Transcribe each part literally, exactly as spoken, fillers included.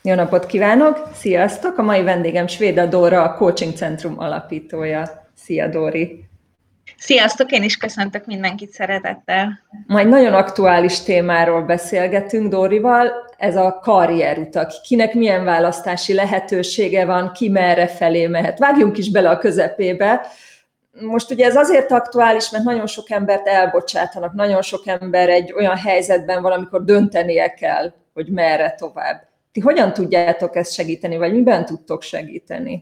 Jó napot kívánok! Sziasztok! A mai vendégem Svéda Dóra, a Coaching Centrum alapítója. Szia, Dóri! Sziasztok! Én is köszöntök mindenkit szeretettel. Majd nagyon aktuális témáról beszélgetünk Dórival, ez a karrierutak. Kinek milyen választási lehetősége van, ki merre felé mehet. Vágjunk is bele a közepébe. Most ugye ez azért aktuális, mert nagyon sok embert elbocsátanak, nagyon sok ember egy olyan helyzetben van, amikor döntenie kell, hogy merre tovább. Ti hogyan tudjátok ezt segíteni, vagy miben tudtok segíteni?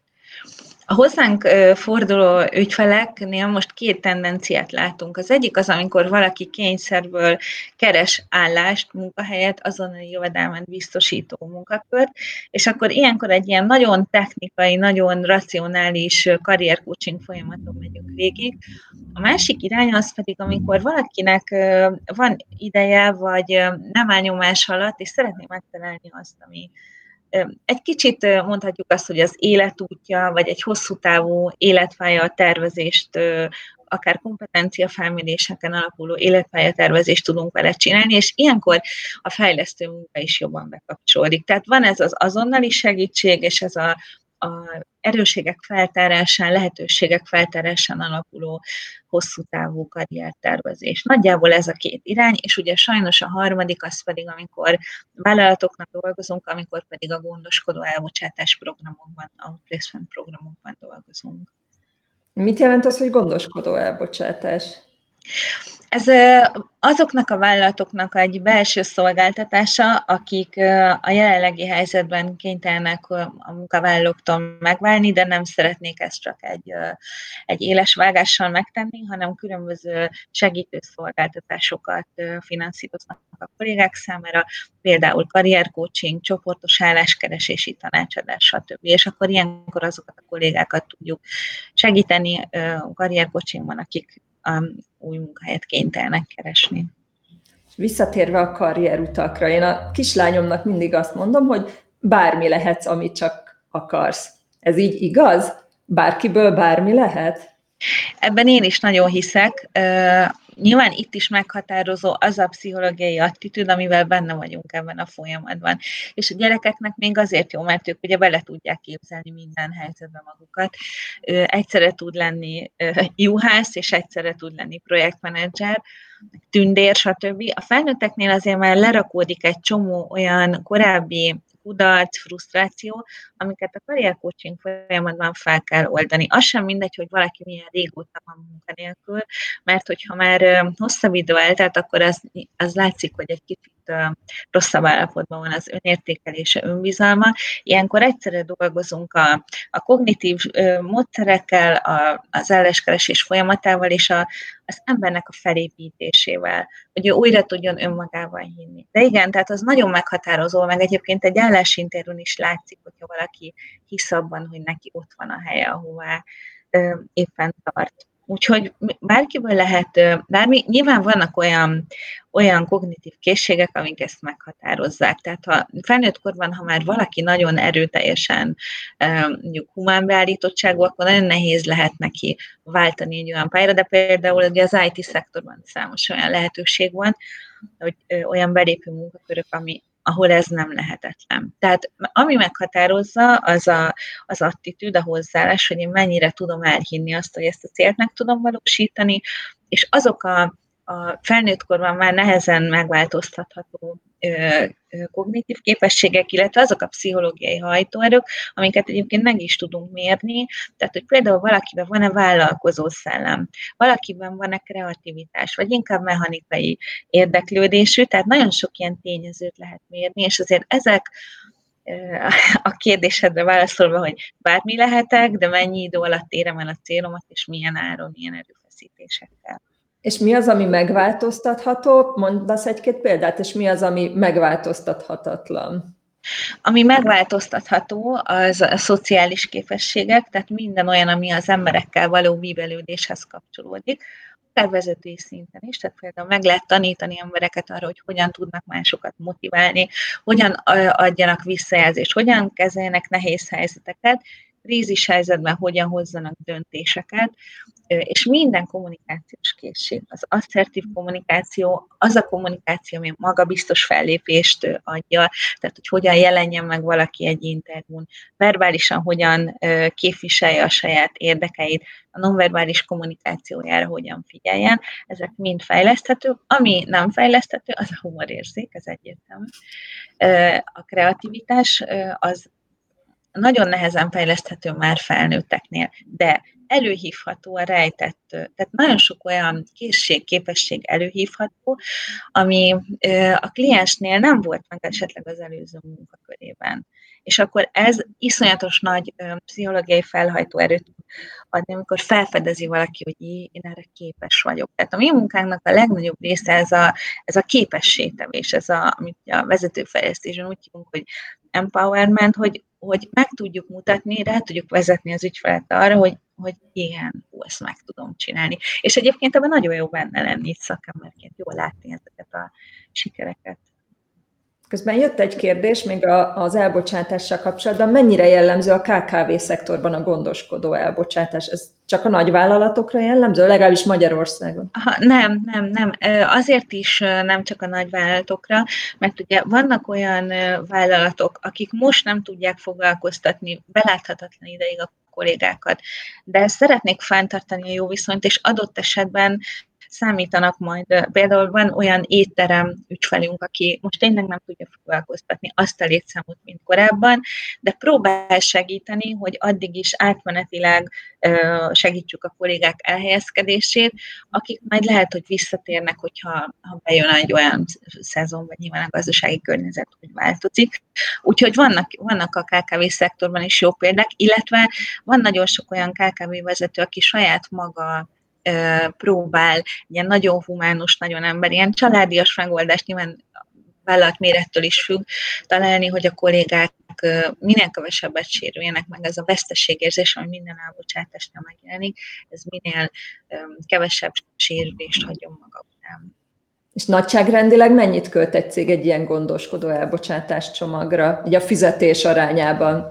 A hozzánk forduló ügyfeleknél most két tendenciát látunk. Az egyik az, amikor valaki kényszerből keres állást, munkahelyet, azonnali jövedelmet biztosító munkakört, és akkor ilyenkor egy ilyen nagyon technikai, nagyon racionális karriercoaching folyamaton megyünk végig. A másik irány az pedig, amikor valakinek van ideje, vagy nem áll nyomás alatt, és szeretné megtalálni azt, ami egy kicsit mondhatjuk azt, hogy az életútja, vagy egy hosszú távú életpálya tervezést, akár kompetenciafelméréseken alapuló életpályatervezést tudunk vele csinálni, és ilyenkor a fejlesztő munka is jobban bekapcsolódik. Tehát van ez az azonnali segítség, és ez a, a erősségek feltárásán, lehetőségek feltárásán alapuló hosszú távú karriertervezés. Nagyjából ez a két irány, és ugye sajnos a harmadik az pedig, amikor vállalatoknak dolgozunk, amikor pedig a gondoskodó elbocsátás programokban, outplacement programokban dolgozunk. Mit jelent az, hogy gondoskodó elbocsátás? Ez azoknak a vállalatoknak egy belső szolgáltatása, akik a jelenlegi helyzetben kénytelenek a munkavállalóktól megválni, de nem szeretnék ezt csak egy, egy éles vágással megtenni, hanem különböző segítő szolgáltatásokat finanszíroznak a kollégák számára, például karriercoaching, csoportos álláskeresési tanácsadás, stb. És akkor ilyenkor azokat a kollégákat tudjuk segíteni karriercoachingban, akik új munkahelyet kénytelenek keresni. Visszatérve a karrierutakra, én a kislányomnak mindig azt mondom, hogy bármi lehetsz, amit csak akarsz. Ez így igaz? Bárkiből bármi lehet? Ebben én is nagyon hiszek. Nyilván itt is meghatározó az a pszichológiai attitűd, amivel benne vagyunk ebben a folyamatban. És a gyerekeknek még azért jó, mert ők ugye bele tudják képzelni minden helyzetben magukat. Egyszerre tud lenni juhász, és egyszerre tud lenni projektmenedzser, tündér, stb. A felnőtteknél azért már lerakódik egy csomó olyan korábbi kudarc, frusztráció, amiket a karriercoaching folyamatban fel kell oldani. Az sem mindegy, hogy valaki milyen régóta van munkanélkül, mert hogyha már hosszabb idő eltelt, akkor az, az látszik, hogy egy kicsit rosszabb állapotban van az önértékelése, önbizalma. Ilyenkor egyszerre dolgozunk a, a kognitív módszerekkel, a, az álláskeresés folyamatával és a, az embernek a felépítésével, hogy ő újra tudjon önmagában hinni. De igen, tehát az nagyon meghatározó, meg egyébként egy állásinterjún is látszik, hogyha valaki hisz abban, hogy neki ott van a helye, ahová ö, éppen tart. Úgyhogy bárkiből lehet, bármi, nyilván vannak olyan, olyan kognitív készségek, amik ezt meghatározzák. Tehát ha felnőtt korban, ha már valaki nagyon erőteljesen mondjuk humán beállítottságú, akkor nagyon nehéz lehet neki váltani egy olyan pályára, de például ugye az i té szektorban számos olyan lehetőség van, hogy olyan belépő munkakörök, ami ahol ez nem lehetetlen. Tehát ami meghatározza, az a, az attitűd, a hozzáállás, hogy én mennyire tudom elhinni azt, hogy ezt a célt meg tudom valósítani, és azok a, a felnőtt korban már nehezen megváltoztatható ö, ö, kognitív képességek, illetve azok a pszichológiai hajtóerők, amiket egyébként meg is tudunk mérni, tehát hogy például valakiben van-e vállalkozó szellem, valakiben van-e kreativitás, vagy inkább mechanikai érdeklődésű, tehát nagyon sok ilyen tényezőt lehet mérni, és azért ezek a kérdésedre válaszolva, hogy bármi lehetek, de mennyi idő alatt érem el a célomat, és milyen áron, milyen erőfeszítésekkel. És mi az, ami megváltoztatható? Mondasz egy-két példát, és mi az, ami megváltoztathatatlan? Ami megváltoztatható, az a szociális képességek, tehát minden olyan, ami az emberekkel való bíbelődéshez kapcsolódik, akár vezetői szinten is, tehát például meg lehet tanítani embereket arra, hogy hogyan tudnak másokat motiválni, hogyan adjanak visszajelzést, hogyan kezeljenek nehéz helyzeteket. krízis helyzetben hogyan hozzanak döntéseket, és minden kommunikációs készség, az asszertív kommunikáció, az a kommunikáció, ami magabiztos fellépést adja, tehát hogy hogyan jelenjen meg valaki egy interjún, verbálisan hogyan képviselje a saját érdekeit, a nonverbális kommunikációjára hogyan figyeljen, ezek mind fejleszthetők. Ami nem fejleszthető, az a humorérzék, ez egyértelmű. A kreativitás az nagyon nehezen fejleszthető már felnőtteknél, de előhívható a rejtett, tehát nagyon sok olyan készség, képesség előhívható, ami a kliensnél nem volt meg esetleg az előző munkakörében. És akkor ez iszonyatos nagy pszichológiai felhajtó erőt adni, amikor felfedezi valaki, hogy én erre képes vagyok. Tehát a mi munkánknak a legnagyobb része ez a, ez a képességtevés, ez a, amit a vezetőfejlesztésben úgy hívunk, hogy empowerment, hogy, hogy meg tudjuk mutatni, rá tudjuk vezetni az ügyfelet arra, hogy, hogy igen, ó, ezt meg tudom csinálni. És egyébként ebben nagyon jó benne lenni itt szakemberként, jól látni ezeket a sikereket. Közben jött egy kérdés még az elbocsátással kapcsolatban. Mennyire jellemző a ká ká vé szektorban a gondoskodó elbocsátás? Ez csak a nagyvállalatokra jellemző, legalábbis Magyarországon? Aha, nem, nem, nem. Azért is nem csak a nagyvállalatokra, mert ugye vannak olyan vállalatok, akik most nem tudják foglalkoztatni beláthatatlan ideig a kollégákat, de szeretnék fenntartani a jó viszonyt, és adott esetben számítanak majd. Például van olyan étterem ügyfelünk, aki most tényleg nem tudja foglalkoztatni azt a létszámot, mint korábban, de próbál segíteni, hogy addig is átmenetileg segítsük a kollégák elhelyezkedését, akik majd lehet, hogy visszatérnek, hogyha ha bejön egy olyan szezon, vagy nyilván a gazdasági környezet, hogy változik. Úgyhogy vannak, vannak a ká ká vé szektorban is jó példák, illetve van nagyon sok olyan ká ká vé vezető, aki saját maga próbál ilyen nagyon humánus, nagyon emberi, ilyen családias megoldást, nyilván vállalatmérettől is függ, találni, hogy a kollégák minél kevesebbet sérüljenek meg, ez a veszteségérzés, ami minden elbocsátásnál megjelenik, ez minél kevesebb sérülést hagyjon maga után. És nagyságrendileg mennyit költ egy cég egy ilyen gondoskodó elbocsátás csomagra, így a fizetés arányában?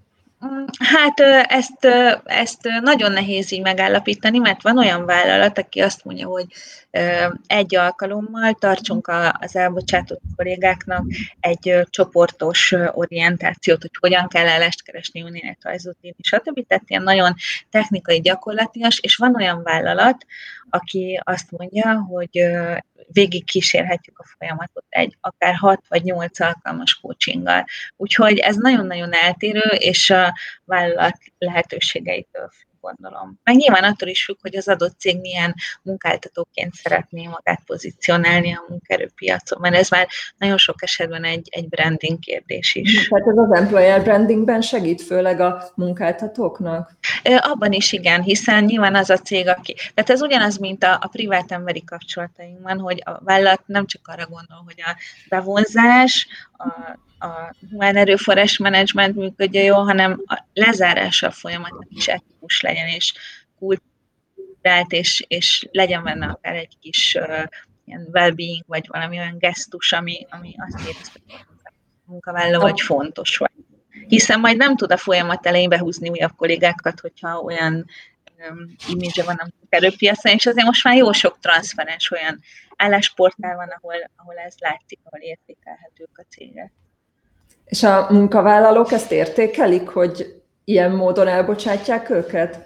Hát ezt, ezt nagyon nehéz így megállapítani, mert van olyan vállalat, aki azt mondja, hogy egy alkalommal tartsunk az elbocsátott kollégáknak egy csoportos orientációt, hogy hogyan kell állást keresni, önéletrajzot írni, stb. Tehát ilyen nagyon technikai, gyakorlatias, és van olyan vállalat, aki azt mondja, hogy végig kísérhetjük a folyamatot egy akár hat vagy nyolc alkalmas coachinggal. Úgyhogy ez nagyon-nagyon eltérő, és a vállalat lehetőségeitől függ, gondolom. Meg nyilván attól is függ, hogy az adott cég milyen munkáltatóként szeretné magát pozícionálni a munkaerőpiacon, mert ez már nagyon sok esetben egy, egy branding kérdés is. Tehát ez az employer brandingben segít főleg a munkáltatóknak? Abban is igen, hiszen nyilván az a cég, aki... Tehát ez ugyanaz, mint a, a privát emberi kapcsolatainkban, hogy a vállalat nem csak arra gondol, hogy a bevonzás, a, a humán erőforrás menedzsment működjön jól, hanem a lezárása a folyamatnak is etikus legyen, és kultúrált, és, és legyen benne akár egy kis uh, ilyen well-being, vagy valami olyan gesztus, ami, ami azt érzi, hogy a munkavállaló vagy fontos vagy. Hiszen majd nem tud a folyamat elején behúzni újabb kollégákat, hogyha olyan um, image van a munkaerőpiacon, és azért most már jó sok transzparens olyan állásportál van, ahol, ahol ez látszik, ahol értékelhetők a cégek. És a munkavállalók ezt értékelik, hogy ilyen módon elbocsátják őket?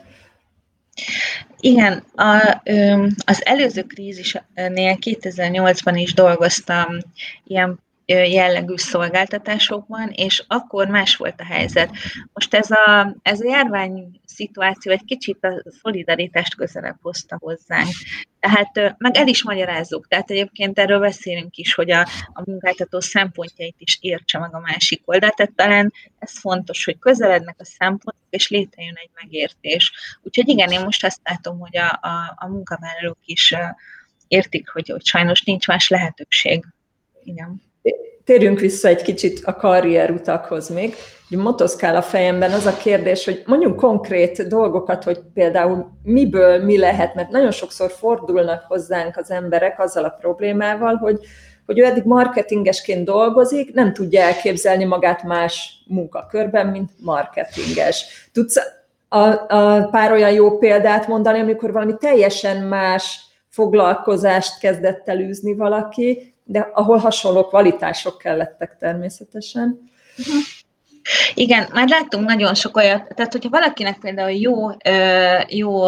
Igen, a, az előző krízisnél kétezer-nyolcban is dolgoztam ilyen jellegű szolgáltatásokban, és akkor más volt a helyzet. Most ez a, ez a járvány szituáció egy kicsit a szolidaritást közelebb hozta hozzánk. Tehát meg el is magyarázzuk, tehát egyébként erről beszélünk is, hogy a, a munkáltató szempontjait is értse meg a másik oldal, tehát talán ez fontos, hogy közelednek a szempontok, és létrejön egy megértés. Úgyhogy igen, én most azt látom, hogy a, a, a munkavállalók is értik, hogy, hogy sajnos nincs más lehetőség. Igen. Térjünk vissza egy kicsit a karrierutakhoz még. Motoszkál a fejemben az a kérdés, hogy mondjunk konkrét dolgokat, hogy például miből mi lehet, mert nagyon sokszor fordulnak hozzánk az emberek azzal a problémával, hogy hogy ő eddig marketingesként dolgozik, nem tudja elképzelni magát más munkakörben, mint marketinges. Tudsz a, a pár olyan jó példát mondani, amikor valami teljesen más foglalkozást kezdett el űzni valaki, de ahol hasonló kvalitások kellettek természetesen. Igen, már láttunk nagyon sok olyat, tehát hogyha valakinek például jó, jó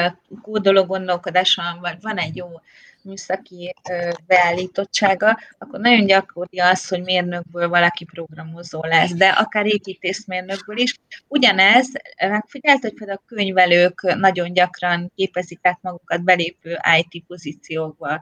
kódoló gondolkodása van, vagy van egy jó műszaki beállítottsága, akkor nagyon gyakori az, hogy mérnökből valaki programozó lesz, de akár építészmérnökből is. Ugyanez, megfigyelt, hogy például a könyvelők nagyon gyakran képezik át magukat belépő i té pozíciókba,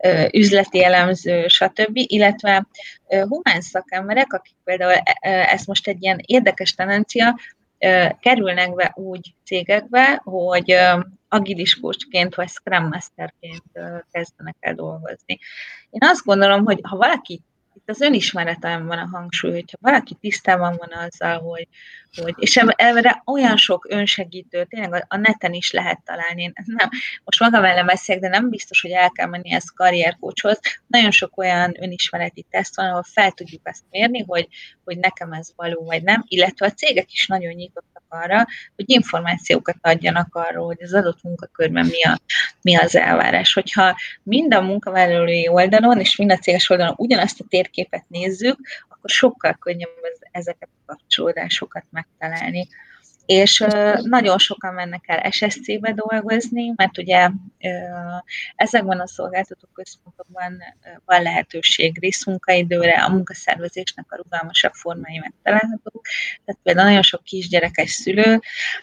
üzleti elemző, stb., illetve humán szakemberek, akik például ez most egy ilyen érdekes tendencia, kerülnek be úgy cégekbe, hogy agilis coachként vagy Scrum Masterként kezdenek el dolgozni. Én azt gondolom, hogy ha valaki, itt az önismereten van a hangsúly, hogyha valaki tisztában van azzal, hogy, hogy és erre olyan sok önsegítő, tényleg a neten is lehet találni. Én nem, most magam ellen beszélek, de nem biztos, hogy el kell menni ezt karriercoachhoz. Nagyon sok olyan önismereti teszt van, ahol fel tudjuk ezt mérni, hogy, hogy nekem ez való vagy nem, illetve a cégek is nagyon nyitottak arra, hogy információkat adjanak arról, hogy az adott munkakörben mi, a, mi az elvárás. Hogyha mind a munkavállalói oldalon és mind a céges oldalon ugyanazt a térképet nézzük, akkor sokkal könnyebb ezeket a kapcsolódásokat megtalálni. És uh, nagyon sokan mennek el es es cé-be dolgozni, mert ugye uh, ezekben a szolgáltató központokban uh, van lehetőség részmunkaidőre, a munkaszervezésnek a rugalmasabb formái megtalálhatók. Tehát például nagyon sok kisgyerekes szülő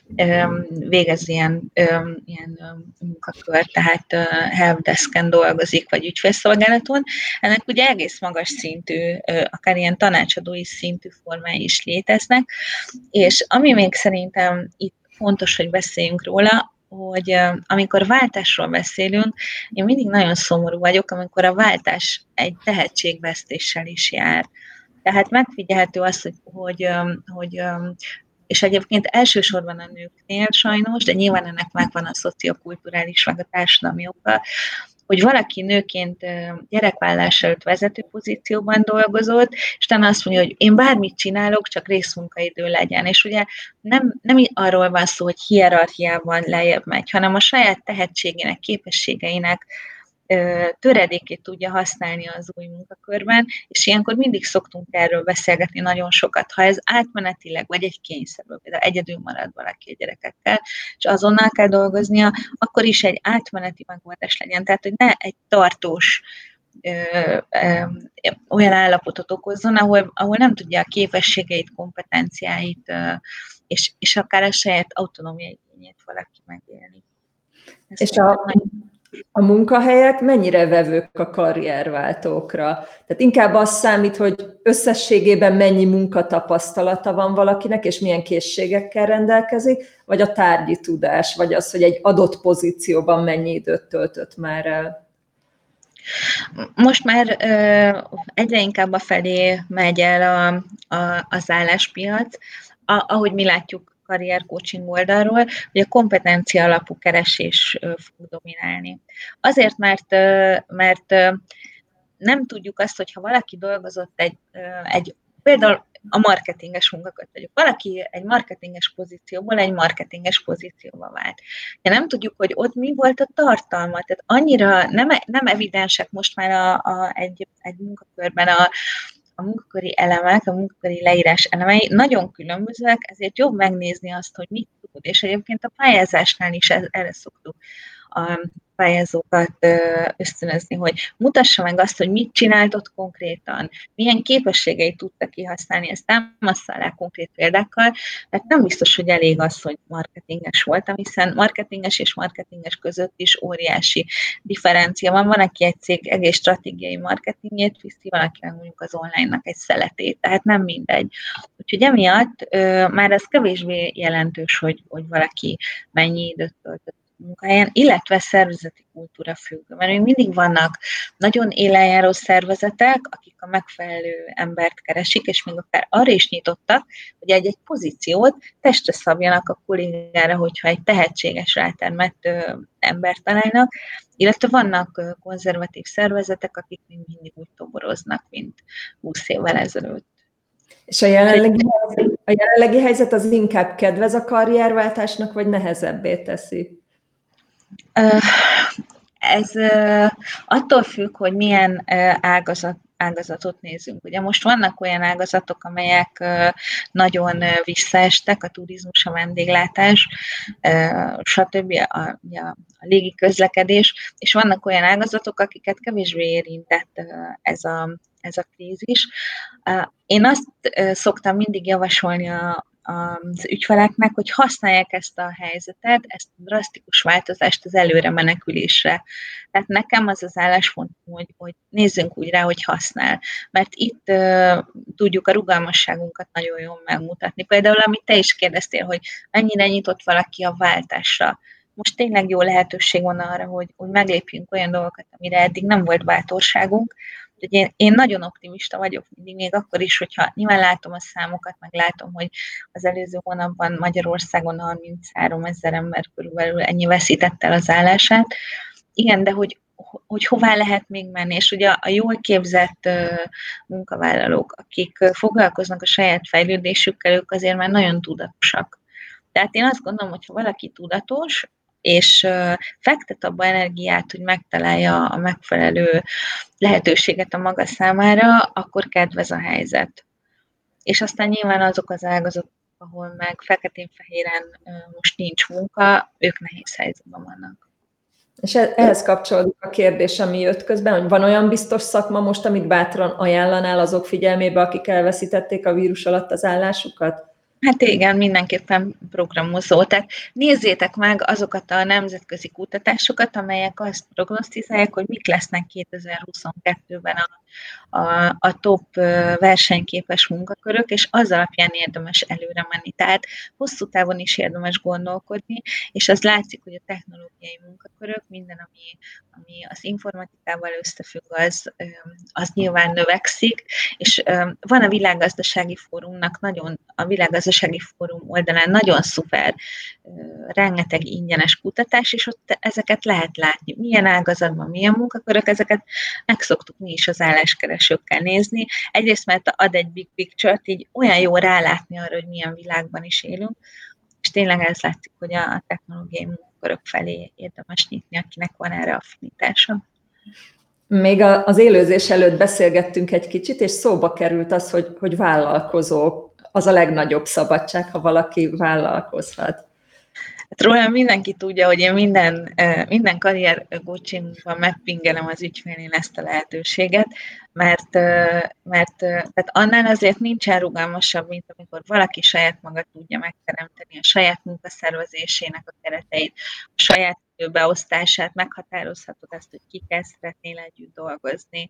um, végez ilyen, um, ilyen um, munkakört, tehát uh, helpdesken dolgozik, vagy ügyfélszolgálaton. Ennek ugye egész magas szintű, uh, akár ilyen tanácsadói szintű formái is léteznek, és ami még szerint Szerintem itt fontos, hogy beszéljünk róla, hogy amikor váltásról beszélünk, én mindig nagyon szomorú vagyok, amikor a váltás egy tehetségvesztéssel is jár. Tehát megfigyelhető az, hogy, hogy, hogy és egyébként elsősorban a nőknél sajnos, de nyilván ennek megvan a szociokulturális, meg a társadalmi oka, hogy valaki nőként gyerekvállás előtt vezető pozícióban dolgozott, és utána azt mondja, hogy én bármit csinálok, csak részmunkaidő legyen. És ugye nem, nem arról van szó, hogy hierarchiában lejjebb megy, hanem a saját tehetségének, képességeinek töredékét tudja használni az új munkakörben, és ilyenkor mindig szoktunk erről beszélgetni nagyon sokat. Ha ez átmenetileg, vagy egy kényszerből, például egyedül marad valaki a gyerekekkel, és azonnal kell dolgoznia, akkor is egy átmeneti megoldás legyen. Tehát, hogy ne egy tartós ö, ö, olyan állapotot okozzon, ahol, ahol nem tudja a képességeit, kompetenciáit, ö, és, és akár a saját autonómiai igényét valaki megélni. Ez és a... Nagyon... A munkahelyek mennyire vevők a karrierváltókra? Tehát inkább az számít, hogy összességében mennyi munkatapasztalata van valakinek, és milyen készségekkel rendelkezik, vagy a tárgyi tudás, vagy az, hogy egy adott pozícióban mennyi időt töltött már el? Most már ö, egyre inkább a felé megy el a, a, az álláspiac, a, ahogy mi látjuk karriercoaching oldalról, hogy a kompetencia alapú keresés fog dominálni. Azért, mert, mert nem tudjuk azt, hogy ha valaki dolgozott egy, egy például a marketinges munkakört vagyok. Valaki egy marketinges pozícióból egy marketinges pozícióba vált. De nem tudjuk, hogy ott mi volt a tartalma. Tehát annyira nem, nem evidensek most már a, a, egy, egy munkakörben a, a munkaköri elemek, a munkaköri leírás elemei nagyon különbözőek, ezért jobb megnézni azt, hogy mit tud. És egyébként a pályázásnál is erre szoktuk a pályázókat ösztönözni, hogy mutassa meg azt, hogy mit csinált ott konkrétan, milyen képességeit tudta kihasználni, ezt támassza alá konkrét példákkal, mert nem biztos, hogy elég az, hogy marketinges voltam, hiszen marketinges és marketinges között is óriási differencia van. Van, aki egy cég egész stratégiai marketingjét viszi, van, aki meg mondjuk az online-nak egy szeletét, tehát nem mindegy. Úgyhogy emiatt már ez kevésbé jelentős, hogy, hogy valaki mennyi időt töltött munkahelyen, illetve szervezeti kultúra függ. Mert még mindig vannak nagyon élenjáró szervezetek, akik a megfelelő embert keresik, és még akár arra is nyitottak, hogy egy-egy pozíciót testre szabjanak a kollégára, hogyha egy tehetséges, rátermett embert találnak, illetve vannak konzervatív szervezetek, akik még mindig úgy toboroznak, mint húsz évvel ezelőtt. És a jelenlegi, a jelenlegi helyzet az inkább kedvez a karrierváltásnak, vagy nehezebbé teszi? Ez attól függ, hogy milyen ágazat, ágazatot nézünk. Ugye most vannak olyan ágazatok, amelyek nagyon visszaestek, a turizmus, a vendéglátás, stb. A, a, a légi közlekedés, és vannak olyan ágazatok, akiket kevésbé érintett ez a, ez a krízis. Én azt szoktam mindig javasolni a az ügyfeleknek, hogy használják ezt a helyzetet, ezt a drasztikus változást az előre menekülésre. Tehát nekem az az álláspontom, hogy, hogy nézzünk úgy rá, hogy használ. Mert itt uh, tudjuk a rugalmasságunkat nagyon jól megmutatni. Például, amit te is kérdeztél, hogy mennyire nyitott valaki a váltásra. Most tényleg jó lehetőség van arra, hogy, hogy meglépjünk olyan dolgokat, amire eddig nem volt bátorságunk. Én, én nagyon optimista vagyok mindig, még akkor is, hogyha nyilván látom a számokat, meg látom, hogy az előző hónapban Magyarországon harminchárom ezer ember körülbelül ennyi veszítette el az állását. Igen, de hogy, hogy hová lehet még menni, és ugye a jól képzett munkavállalók, akik foglalkoznak a saját fejlődésükkel, ők azért már nagyon tudatosak. Tehát én azt gondolom, hogy ha valaki tudatos, és fektet abba energiát, hogy megtalálja a megfelelő lehetőséget a maga számára, akkor kedvez a helyzet. És aztán nyilván azok az ágazatok, ahol meg feketén-fehéren most nincs munka, ők nehéz helyzetben vannak. És ehhez kapcsolódik a kérdés, ami jött közben, hogy van olyan biztos szakma most, amit bátran ajánlanál azok figyelmébe, akik elveszítették a vírus alatt az állásukat? Hát igen, mindenképpen programozó. Tehát nézzétek meg azokat a nemzetközi kutatásokat, amelyek azt prognosztizálják, hogy mik lesznek kétezer-huszonkettőben a, a, a top versenyképes munkakörök, és az alapján érdemes előre menni. Tehát hosszú távon is érdemes gondolkodni, és az látszik, hogy a technológiai munkakörök, minden, ami, ami az informatikával összefügg, az, az nyilván növekszik, és van a Világgazdasági Fórumnak nagyon, a Világgazdasági Fórum oldalán nagyon szuper, rengeteg ingyenes kutatás, és ott ezeket lehet látni. Milyen ágazatban, milyen munkakörök, ezeket meg szoktuk mi is az álláskeresőkkel nézni. Egyrészt, mert ad egy big picture-t, így olyan jó rálátni arra, hogy milyen világban is élünk, és tényleg ez látszik, hogy a technológiai munkakörök felé érdemes nyitni, akinek van erre affinitása. Még az élőzés előtt beszélgettünk egy kicsit, és szóba került az, hogy, hogy vállalkozó. Az a legnagyobb szabadság, ha valaki vállalkozhat. Hát rólam mindenki tudja, hogy én minden, minden karrier coachingban megpingelem az ügyfélnél ezt a lehetőséget, mert, mert tehát annál azért nincsen rugalmasabb, mint amikor valaki saját maga tudja megteremteni a saját munkaszervezésének a kereteit, a saját időbeosztását, meghatározhatod azt, hogy kikkel szeretnél együtt dolgozni.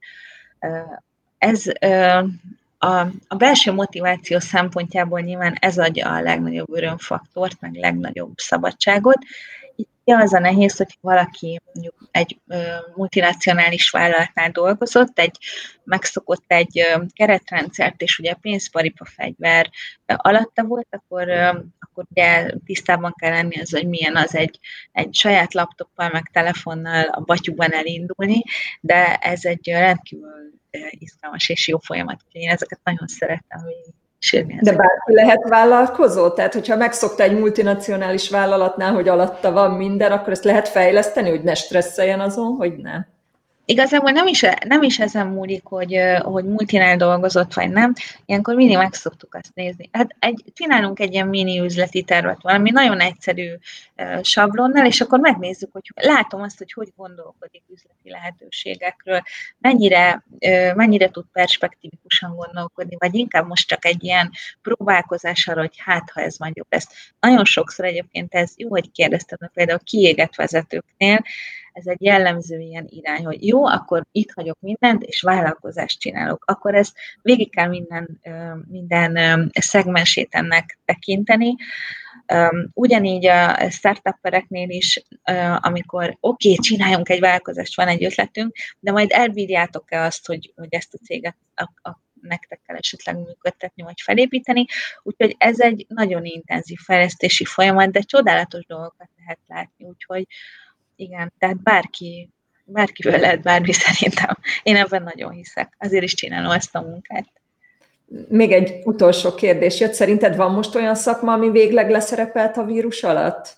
Ez A, a belső motiváció szempontjából nyilván ez adja a legnagyobb örömfaktort, meg legnagyobb szabadságot. Itt az a nehéz, hogy valaki mondjuk egy ö, multinacionális vállalatnál dolgozott, egy, megszokott egy ö, keretrendszert, és ugye pénzparipa fegyver ö, alatta volt, akkor, ö, akkor ugye tisztában kell lenni az, hogy milyen az egy, egy saját laptoppal, meg telefonnal a batyúban elindulni, de ez egy rendkívül izgalmas és jó folyamat. Én ezeket nagyon szeretem végigkísérni. De bárki lehet vállalkozó? Tehát, hogyha megszokta egy multinacionális vállalatnál, hogy alatta van minden, akkor ezt lehet fejleszteni, hogy ne stresszeljen azon, hogy nem? Igazából nem is, nem is ezen múlik, hogy, hogy multinál dolgozott, vagy nem. Ilyenkor mindig meg szoktuk azt nézni. Hát egy, csinálunk egy ilyen mini üzleti tervet, valami nagyon egyszerű uh, sablonnal, és akkor megnézzük, hogy látom azt, hogy hogy gondolkodik üzleti lehetőségekről, mennyire, uh, mennyire tud perspektívikusan gondolkodni, vagy inkább most csak egy ilyen próbálkozás arra, hogy hát, ha ez majd jobb lesz. Nagyon sokszor egyébként ez jó, hogy kérdeztem, például kiégett vezetőknél, ez egy jellemző ilyen irány, hogy jó, akkor itt hagyok mindent, és vállalkozást csinálok. Akkor ezt végig kell minden, minden szegmensét ennek tekinteni. Ugyanígy a startuppereknél is, amikor oké, okay, csináljunk egy vállalkozást, van egy ötletünk, de majd elbírjátok-e azt, hogy, hogy ezt a céget a, a, nektek kell esetleg működtetni, vagy felépíteni. Úgyhogy ez egy nagyon intenzív fejlesztési folyamat, de csodálatos dolgokat lehet látni. Úgyhogy igen, tehát bárki, bárkiből lehet bármi szerintem. Én ebben nagyon hiszek. Azért is csinálom ezt a munkát. Még egy utolsó kérdés jött. Szerinted van most olyan szakma, ami végleg leszerepelt a vírus alatt?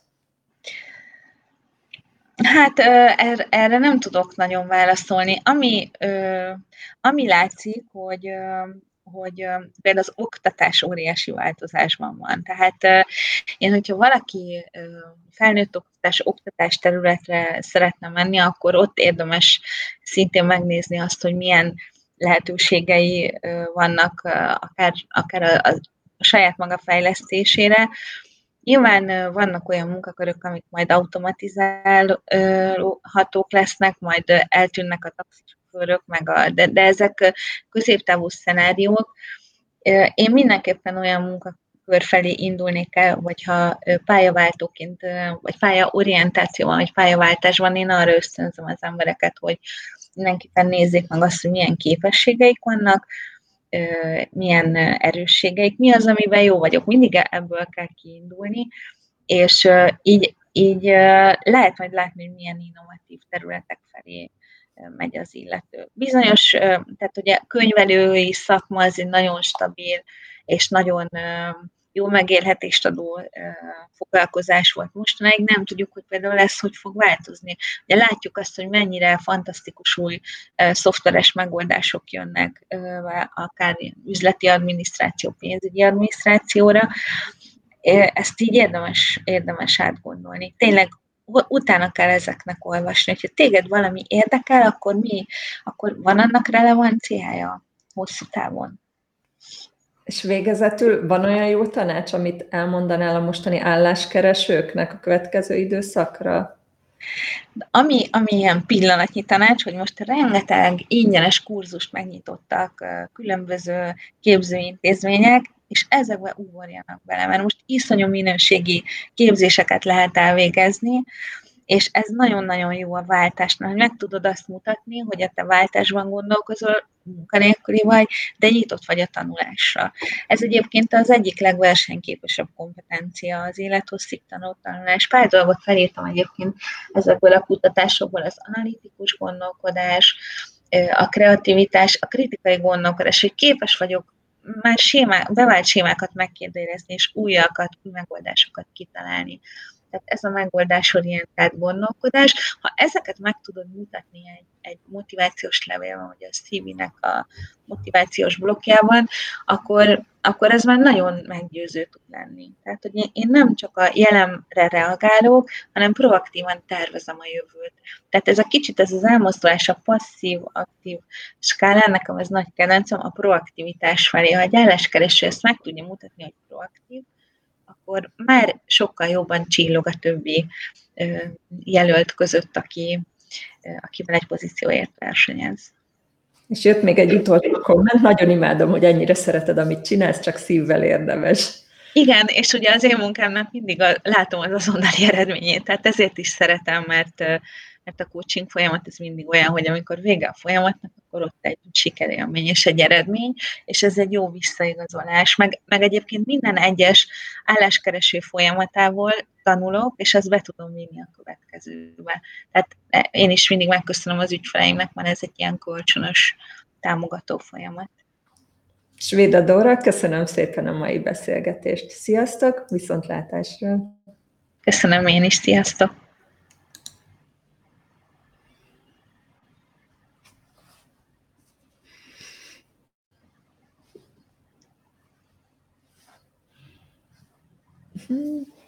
Hát erre nem tudok nagyon válaszolni. Ami, ami látszik, hogy, hogy például az oktatás óriási változásban van. Tehát én, hogyha valaki felnőtt oktatás, oktatás területre szeretne menni, akkor ott érdemes szintén megnézni azt, hogy milyen lehetőségei vannak akár, akár a, a saját maga fejlesztésére. Nyilván vannak olyan munkakörök, amik majd automatizálhatók lesznek, majd eltűnnek a taxisofőrök, meg a, de, de ezek középtávú szenáriók. Én mindenképpen olyan munkakör felé indulnék el, hogyha pályaváltóként, vagy pályaorientációban, vagy pályaváltásban én arra ösztönzöm az embereket, hogy mindenképpen nézzék meg azt, hogy milyen képességeik vannak, milyen erősségeik, mi az, amiben jó vagyok. Mindig ebből kell kiindulni, és így, így lehet majd látni, hogy milyen innovatív területek felé megy az illető. Bizonyos, tehát ugye könyvelői szakma az egy nagyon stabil, és nagyon jó megélhetést adó foglalkozás volt mostanáig, nem tudjuk, hogy például ez hogy fog változni. Ugye látjuk azt, hogy mennyire fantasztikus új szoftveres megoldások jönnek, akár üzleti adminisztráció, pénzügyi adminisztrációra. Ezt így érdemes, érdemes átgondolni. Tényleg utána kell ezeknek olvasni. Hogyha téged valami érdekel, akkor mi? Akkor van annak relevanciája hosszú távon? És végezetül van olyan jó tanács, amit elmondanál a mostani álláskeresőknek a következő időszakra? Ami, ami ilyen pillanatnyi tanács, hogy most rengeteg ingyenes kurzust megnyitottak különböző képzőintézmények, és ezekbe ugorjanak bele, mert most iszonyú minőségi képzéseket lehet elvégezni, és ez nagyon-nagyon jó a váltásnál, hogy meg tudod azt mutatni, hogy a te váltásban gondolkozol, munkanélküli vagy, de nyitott vagy a tanulásra. Ez egyébként az egyik legversenyképesebb kompetencia az élethosszig tanult tanulás. Pár dolgot felírtam egyébként ezekből a kutatásokból, az analitikus gondolkodás, a kreativitás, a kritikai gondolkodás, hogy képes vagyok már sémák, bevált sémákat megkérdőjelezni, és újakat, új megoldásokat kitalálni. Tehát ez a megoldásorientált gondolkodás. Ha ezeket meg tudod mutatni egy, egy motivációs levélben, vagy a cé vé-nek a motivációs blokkjában, akkor, akkor ez már nagyon meggyőző tud lenni. Tehát, hogy én nem csak a jelenre reagálok, hanem proaktívan tervezem a jövőt. Tehát ez a kicsit, ez az elmozdulás a passzív-aktív skálán, nekem ez nagy kedvencem, a proaktivitás felé. Ha egy álláskereső ezt meg tudja mutatni, hogy proaktív, akkor már sokkal jobban csillog a többi jelölt között, aki, akivel egy pozícióért versenyez. És jött még egy utolsó komment, nagyon imádom, hogy ennyire szereted, amit csinálsz, csak szívvel érdemes. Igen, és ugye az én munkámnak mindig a, látom az azonnali eredményét, tehát ezért is szeretem, mert, mert a coaching folyamat ez mindig olyan, hogy amikor vége a folyamatnak, akkor ott egy sikerélmény és egy eredmény, és ez egy jó visszaigazolás, meg, meg egyébként minden egyes álláskereső folyamatával tanulok, és ezt be tudom vinni a következőbe. Tehát én is mindig megköszönöm az ügyfeleimnek, mert ez egy ilyen kölcsönös támogató folyamat. Svida Dóra, köszönöm szépen a mai beszélgetést. Sziasztok, viszontlátásra! Köszönöm én is, sziasztok! Hmm.